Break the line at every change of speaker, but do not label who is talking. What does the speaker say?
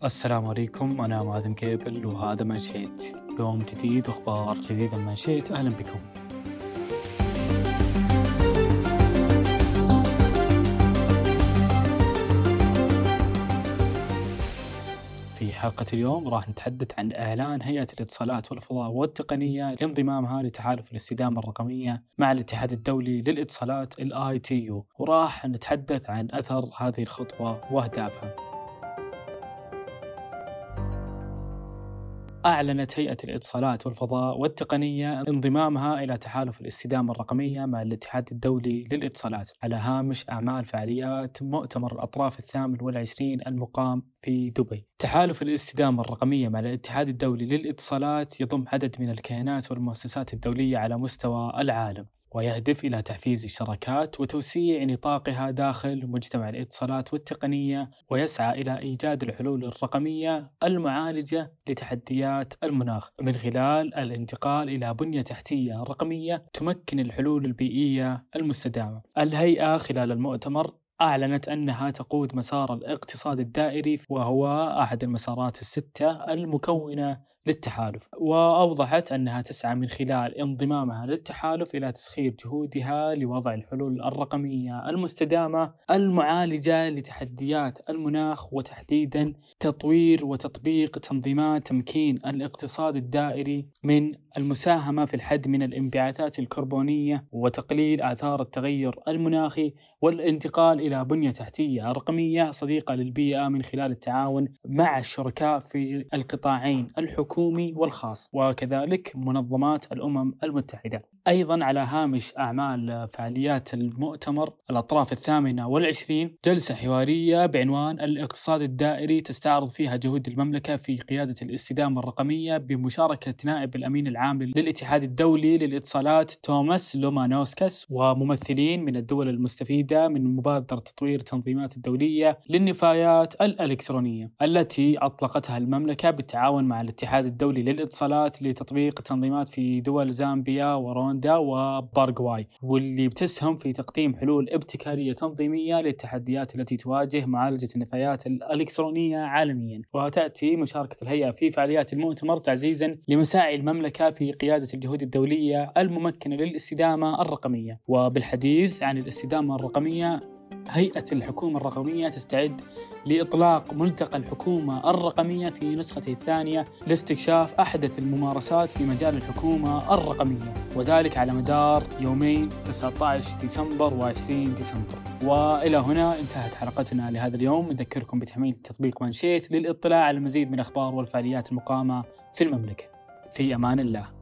السلام عليكم، أنا مازن كيبل وهذا منشيت. يوم جديد وأخبار جديدة من منشيت. أهلا بكم. في حلقة اليوم راح نتحدث عن إعلان هيئة الاتصالات والفضاء والتقنية لانضمامها لتحالف الاستدامة الرقمية مع الاتحاد الدولي للاتصالات ITU، وراح نتحدث عن أثر هذه الخطوة وأهدافها. أعلنت هيئة الاتصالات والفضاء والتقنية انضمامها إلى تحالف الاستدامة الرقمية مع الاتحاد الدولي للاتصالات على هامش أعمال فعاليات مؤتمر الأطراف 28 المقام في دبي. تحالف الاستدامة الرقمية مع الاتحاد الدولي للاتصالات يضم عدد من الكيانات والمؤسسات الدولية على مستوى العالم، ويهدف إلى تحفيز الشراكات وتوسيع نطاقها داخل مجتمع الاتصالات والتقنية، ويسعى إلى إيجاد الحلول الرقمية المعالجة لتحديات المناخ من خلال الانتقال إلى بنية تحتية رقمية تمكن الحلول البيئية المستدامة. الهيئة خلال المؤتمر أعلنت أنها تقود مسار الاقتصاد الدائري، وهو أحد المسارات الستة المكونة للتحالف، وأوضحت أنها تسعى من خلال انضمامها للتحالف إلى تسخير جهودها لوضع الحلول الرقمية المستدامة المعالجة لتحديات المناخ، وتحديدا تطوير وتطبيق تنظيمات تمكين الاقتصاد الدائري من المساهمة في الحد من الانبعاثات الكربونية وتقليل آثار التغير المناخي، والانتقال إلى بنية تحتية رقمية صديقة للبيئة من خلال التعاون مع الشركاء في القطاعين الحكومي والخاص، وكذلك منظمات الأمم المتحدة. أيضا على هامش أعمال فعاليات المؤتمر الأطراف 28 جلسة حوارية بعنوان الاقتصاد الدائري تستعرض فيها جهود المملكة في قيادة الاستدامة الرقمية بمشاركة نائب الأمين العام للاتحاد الدولي للاتصالات توماس لومانوسكاس وممثلين من الدول المستفيدة من مبادرة تطوير التنظيمات الدولية للنفايات الإلكترونية التي أطلقتها المملكة بالتعاون مع الاتحاد الدولي للاتصالات لتطبيق التنظيمات في دول زامبيا وروندا وباراغواي، واللي بتسهم في تقديم حلول ابتكارية تنظيمية للتحديات التي تواجه معالجة النفايات الإلكترونية عالميا. وتأتي مشاركة الهيئة في فعاليات المؤتمر تعزيزا لمساعي المملكة في قيادة الجهود الدولية الممكنة للاستدامة الرقمية. وبالحديث عن الاستدامة الرقمية، هيئة الحكومة الرقمية تستعد لإطلاق ملتقى الحكومة الرقمية في نسخته الثانية لاستكشاف أحدث الممارسات في مجال الحكومة الرقمية، وذلك على مدار يومين 19 ديسمبر و20 ديسمبر. وإلى هنا انتهت حلقتنا لهذا اليوم. نذكركم بتحميل تطبيق منشيت للإطلاع على المزيد من الأخبار والفعاليات المقامة في المملكة. في أمان الله.